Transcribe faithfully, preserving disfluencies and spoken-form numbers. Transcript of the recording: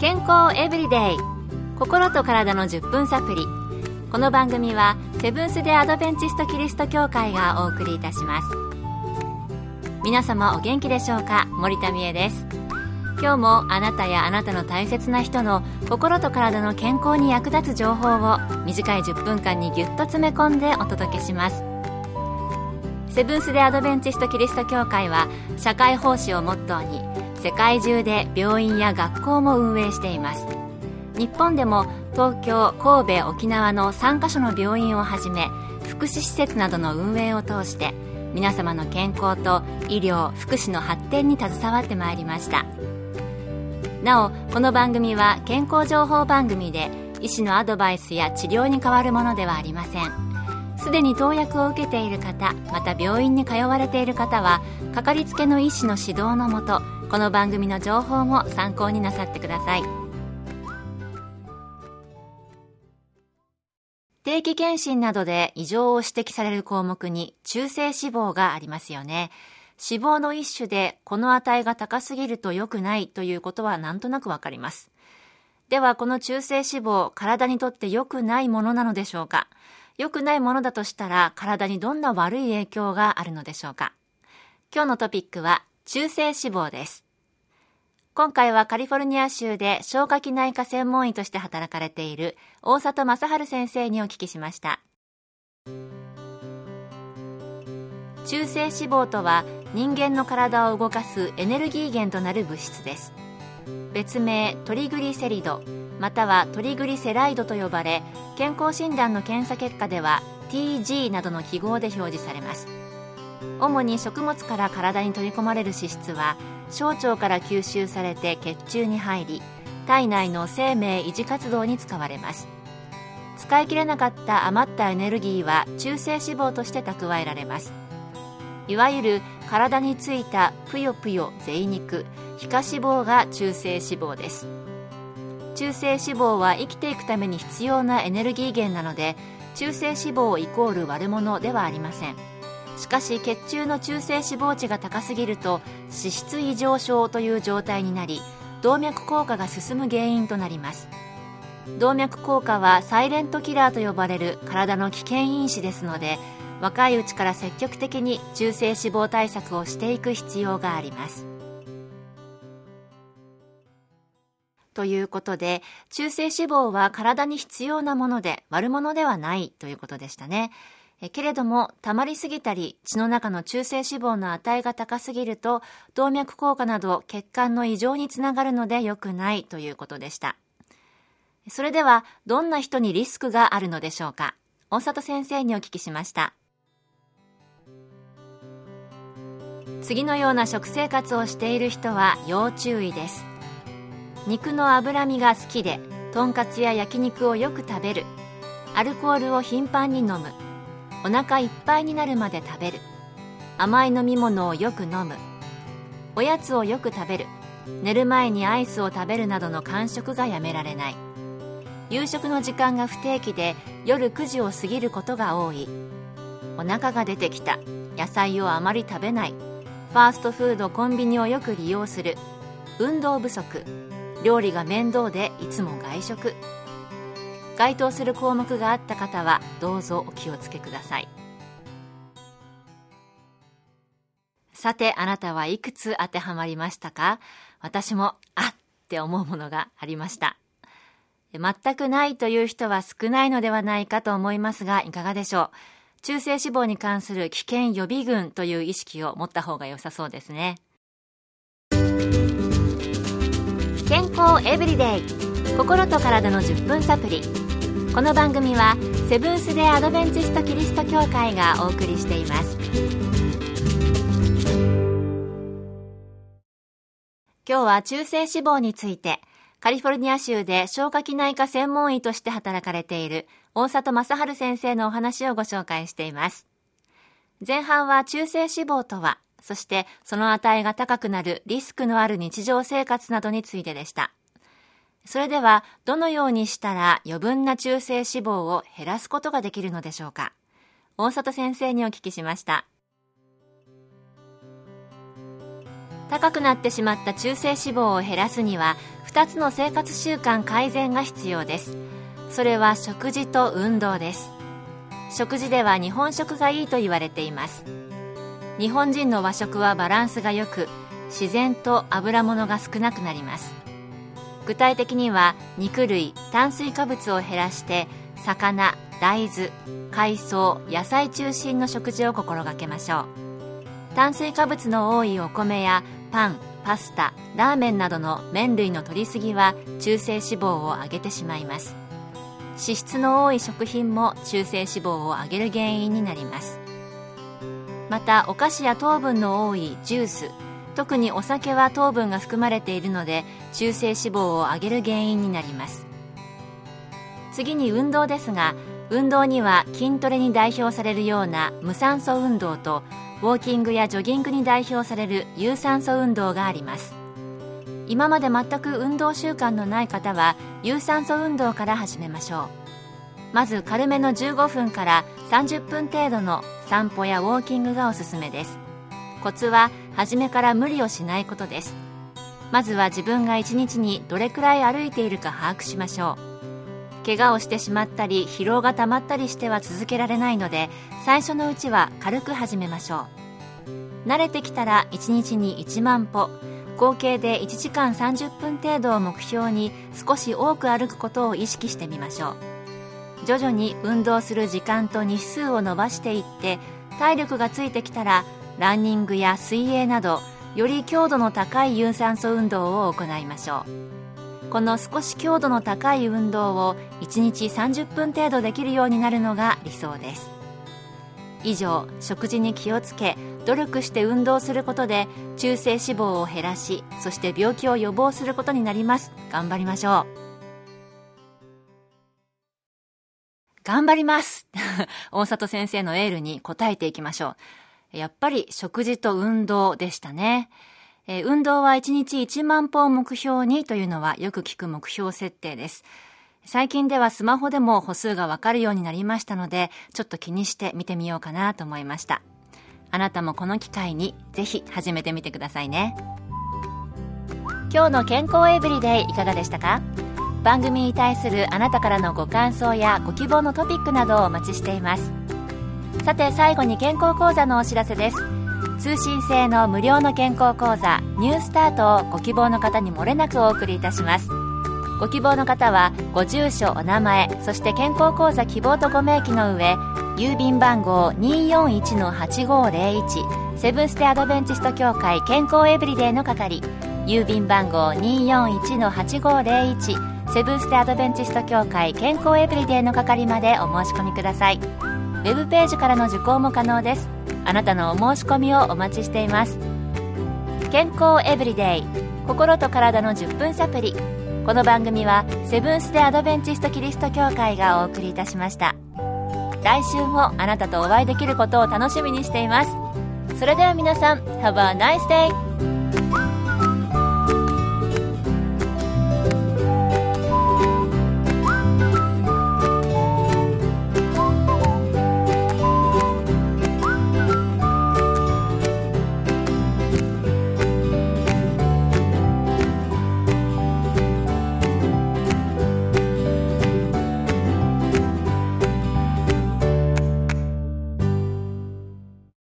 健康エブリデイ、心と体のじゅっぷんサプリ。この番組はセブンス・デ・アドベンチスト・キリスト教会がお送りいたします。皆様お元気でしょうか。森田美恵です。今日もあなたやあなたの大切な人の心と体の健康に役立つ情報を短いじゅっぷんかんにぎゅっと詰め込んでお届けします。セブンス・デ・アドベンチスト・キリスト教会は社会奉仕をモットーに世界中で病院や学校も運営しています。日本でも東京、神戸、沖縄のさんカ所の病院をはじめ福祉施設などの運営を通して皆様の健康と医療・福祉の発展に携わってまいりました。なお、この番組は健康情報番組で医師のアドバイスや治療に代わるものではありません。すでに投薬を受けている方、また病院に通われている方はかかりつけの医師の指導のもと、この番組の情報も参考になさってください。定期検診などで異常を指摘される項目に中性脂肪がありますよね。脂肪の一種でこの値が高すぎると良くないということはなんとなくわかります。ではこの中性脂肪、体にとって良くないものなのでしょうか。良くないものだとしたら体にどんな悪い影響があるのでしょうか。今日のトピックは中性脂肪です。今回はカリフォルニア州で消化器内科専門医として働かれている大里正治先生にお聞きしました。中性脂肪とは人間の体を動かすエネルギー源となる物質です。別名トリグリセリドまたはトリグリセライドと呼ばれ、健康診断の検査結果では ティージー などの記号で表示されます。主に食物から体に取り込まれる脂質は小腸から吸収されて血中に入り、体内の生命維持活動に使われます。使い切れなかった余ったエネルギーは中性脂肪として蓄えられます。いわゆる体についたぷよぷよ贅肉、皮下脂肪が中性脂肪です。中性脂肪は生きていくために必要なエネルギー源なので、中性脂肪イコール悪者ではありません。しかし血中の中性脂肪値が高すぎると脂質異常症という状態になり、動脈硬化が進む原因となります。動脈硬化はサイレントキラーと呼ばれる体の危険因子ですので、若いうちから積極的に中性脂肪対策をしていく必要があります。ということで、中性脂肪は体に必要なもので悪者ではないということでしたね。えけれども、溜まりすぎたり血の中の中性脂肪の値が高すぎると動脈硬化など血管の異常につながるので良くないということでした。それではどんな人にリスクがあるのでしょうか。大里先生にお聞きしました。次のような食生活をしている人は要注意です。肉の脂身が好きでとんかつや焼肉をよく食べる、アルコールを頻繁に飲む、お腹いっぱいになるまで食べる、甘い飲み物をよく飲む、おやつをよく食べる、寝る前にアイスを食べるなどの間食がやめられない、夕食の時間が不定期で夜くじを過ぎることが多い、お腹が出てきた、野菜をあまり食べない、ファーストフードコンビニをよく利用する、運動不足、料理が面倒でいつも外食。該当する項目があった方はどうぞお気をつけください。さて、あなたはいくつ当てはまりましたか？私もあって思うものがありました。全くないという人は少ないのではないかと思いますが、いかがでしょう。中性脂肪に関する危険予備軍という意識を持った方が良さそうですね。健康エブリデイ、心と体のじゅっぷんサプリ。この番組はセブンス・デ・アドベンチスト・キリスト教会がお送りしています。今日は中性脂肪について、カリフォルニア州で消化器内科専門医として働かれている大里正治先生のお話をご紹介しています。前半は中性脂肪とは、そしてその値が高くなるリスクのある日常生活などについてでした。それではどのようにしたら余分な中性脂肪を減らすことができるのでしょうか。大里先生にお聞きしました。高くなってしまった中性脂肪を減らすにはふたつの生活習慣改善が必要です。それは食事と運動です。食事では日本食がいいと言われています。日本人の和食はバランスが良く、自然と油物が少なくなります。具体的には肉類、炭水化物を減らして魚、大豆、海藻、野菜中心の食事を心がけましょう。炭水化物の多いお米やパン、パスタ、ラーメンなどの麺類の摂りすぎは中性脂肪を上げてしまいます。脂質の多い食品も中性脂肪を上げる原因になります。またお菓子や糖分の多いジュース、特にお酒は糖分が含まれているので中性脂肪を上げる原因になります。次に運動ですが、運動には筋トレに代表されるような無酸素運動とウォーキングやジョギングに代表される有酸素運動があります。今まで全く運動習慣のない方は有酸素運動から始めましょう。まず軽めのじゅうごふんからさんじゅっぷん程度の散歩やウォーキングがおすすめです。コツは初めから無理をしないことです。まずは自分がいちにちにどれくらい歩いているか把握しましょう。怪我をしてしまったり疲労がたまったりしては続けられないので、最初のうちは軽く始めましょう。慣れてきたらいちにちにいちまんぽ、合計でいちじかんさんじゅっぷん程度を目標に少し多く歩くことを意識してみましょう。徐々に運動する時間と日数を伸ばしていって、体力がついてきたらランニングや水泳などより強度の高い有酸素運動を行いましょう。この少し強度の高い運動をいちにちさんじゅっぷん程度できるようになるのが理想です。以上、食事に気をつけ努力して運動することで中性脂肪を減らし、そして病気を予防することになります。頑張りましょう。頑張ります大里先生のエールに応えていきましょう。やっぱり食事と運動でしたね。えー、運動はいちにちいちまんぽを目標にというのはよく聞く目標設定です。最近ではスマホでも歩数がわかるようになりましたので、ちょっと気にして見てみようかなと思いました。あなたもこの機会にぜひ始めてみてくださいね。今日の健康エブリデイいかがでしたか？番組に対するあなたからのご感想やご希望のトピックなどをお待ちしています。さて最後に健康講座のお知らせです。通信制の無料の健康講座ニュースタートをご希望の方に漏れなくお送りいたします。ご希望の方はご住所、お名前、そして健康講座希望とご明記の上、郵便番号 にーよんいちのはちごーぜろいち セブンステアドベンチスト協会健康エブリデイの係、郵便番号 にーよんいちのはちごーぜろいち セブンステアドベンチスト協会健康エブリデイの係までお申し込みください。ウェブページからの受講も可能です。あなたのお申し込みをお待ちしています。健康エブリデイ、心と体のじゅっぷんサプリ。この番組はセブンス・デ・アドベンチスト・キリスト教会がお送りいたしました。来週もあなたとお会いできることを楽しみにしています。それでは皆さん、Have a nice day!